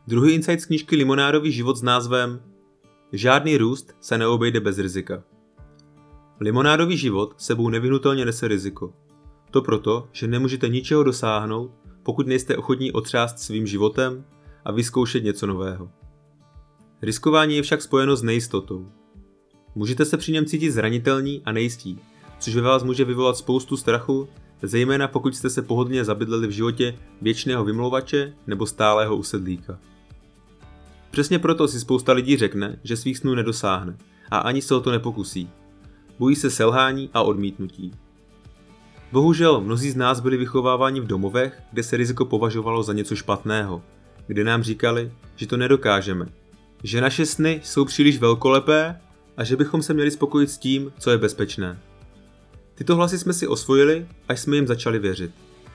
Druhý insight z knížky Limonádový život s názvem Žádný růst se neobejde bez rizika. Limonádový život sebou nevyhnutelně nese riziko. To proto, že nemůžete ničeho dosáhnout, pokud nejste ochotní otřást svým životem a vyzkoušet něco nového. Riskování je však spojeno s nejistotou. Můžete se při něm cítit zranitelní a nejistí, což ve vás může vyvolat spoustu strachu, zejména pokud jste se pohodlně zabydleli v životě věčného vymlouvače nebo stálého usedlíka. Přesně proto si spousta lidí řekne, že svých snů nedosáhne a ani se o to nepokusí. Bojí se selhání a odmítnutí. Bohužel mnozí z nás byli vychováváni v domovech, kde se riziko považovalo za něco špatného, kde nám říkali, že to nedokážeme, že naše sny jsou příliš velkolepé a že bychom se měli spokojit s tím, co je bezpečné. Tyto hlasy jsme si osvojili, až jsme jim začali věřit.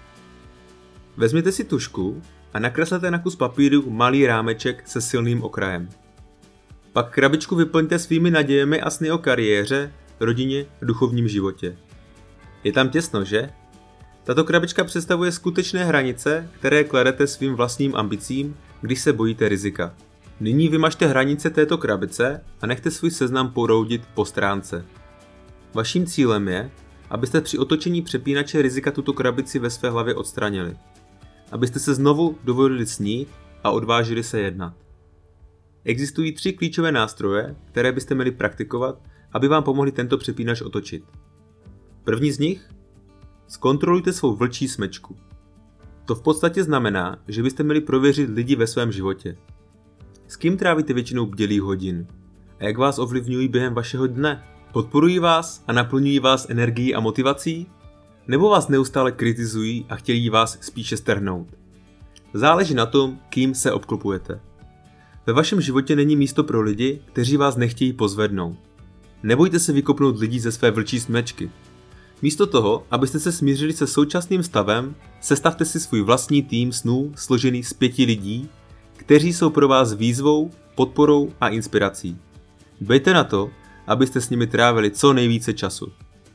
Vezměte si tužku a nakreslete na kus papíru malý rámeček se silným okrajem. Pak krabičku vyplňte svými nadějemi a sny o kariéře, rodině, duchovním životě. Je tam těsno, že? Tato krabička představuje skutečné hranice, které kladete svým vlastním ambicím, když se bojíte rizika. Nyní vymažte hranice této krabice a nechte svůj seznam proudit po stránce. Vaším cílem je, abyste při otočení přepínače rizika tuto krabici ve své hlavě odstranili. Abyste se znovu dovolili snít a odvážili se jednat. Existují 3 klíčové nástroje, které byste měli praktikovat, aby vám pomohli tento přepínač otočit. První z nich? Zkontrolujte svou vlčí smečku. To v podstatě znamená, že byste měli prověřit lidi ve svém životě. S kým trávíte většinou bdělých hodin? A jak vás ovlivňují během vašeho dne? Podporují vás a naplňují vás energií a motivací? Nebo vás neustále kritizují a chtějí vás spíše strhnout? Záleží na tom, kým se obklopujete. Ve vašem životě není místo pro lidi, kteří vás nechtějí pozvednout. Nebojte se vykopnout lidí ze své vlčí smečky. Místo toho, abyste se smířili se současným stavem, sestavte si svůj vlastní tým snů složený z 5 lidí, kteří jsou pro vás výzvou, podporou a inspirací. Dbejte na to, abyste s nimi trávili co nejvíce času.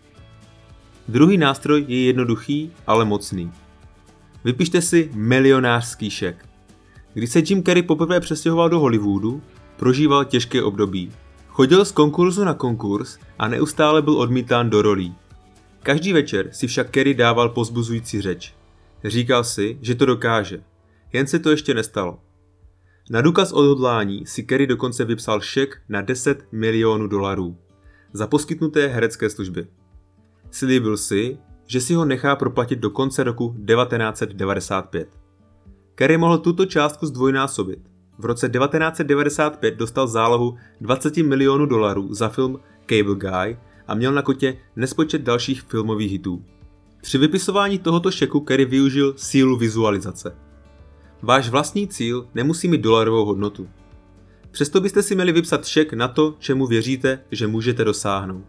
Druhý nástroj je jednoduchý, ale mocný. Vypište si milionářský šek. Když se Jim Carrey poprvé přestěhoval do Hollywoodu, prožíval těžké období. Chodil z konkurzu na konkurs a neustále byl odmítán do rolí. Každý večer si však Carrey dával povzbuzující řeč. Říkal si, že to dokáže. Jen se to ještě nestalo. Na důkaz odhodlání si Carrey dokonce vypsal šek na $10 milionů za poskytnuté herecké služby. Slíbil si, že si ho nechá proplatit do konce roku 1995. Carrey mohl tuto částku zdvojnásobit. V roce 1995 dostal zálohu $20 milionů za film Cable Guy a měl na kontě nespočet dalších filmových hitů. Při vypisování tohoto šeku Carrey využil sílu vizualizace. Váš vlastní cíl nemusí mít dolarovou hodnotu. Přesto byste si měli vypsat šek na to, čemu věříte, že můžete dosáhnout.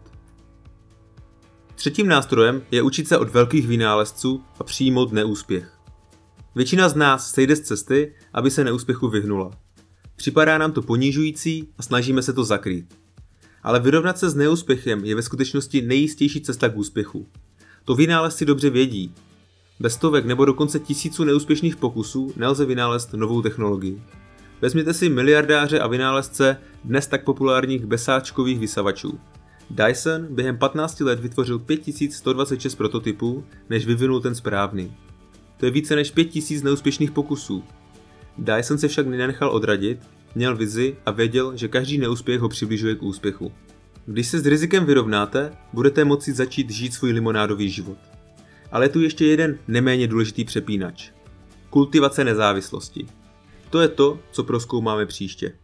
Třetím nástrojem je učit se od velkých vynálezců a přijmout neúspěch. Většina z nás sejde z cesty, aby se neúspěchu vyhnula. Připadá nám to ponižující a snažíme se to zakrýt. Ale vyrovnat se s neúspěchem je ve skutečnosti nejistější cesta k úspěchu. To vynálezci dobře vědí. Bez stovek nebo dokonce tisíců neúspěšných pokusů nelze vynálezt novou technologii. Vezměte si miliardáře a vynálezce dnes tak populárních besáčkových vysavačů. Dyson během 15 let vytvořil 5126 prototypů, než vyvinul ten správný. To je více než 5000 neúspěšných pokusů. Dyson se však nenechal odradit, měl vizi a věděl, že každý neúspěch ho přibližuje k úspěchu. Když se s rizikem vyrovnáte, budete moci začít žít svůj limonádový život. Ale je tu ještě jeden neméně důležitý přepínač. Kultivace nezávislosti. To je to, co prozkoumáme příště.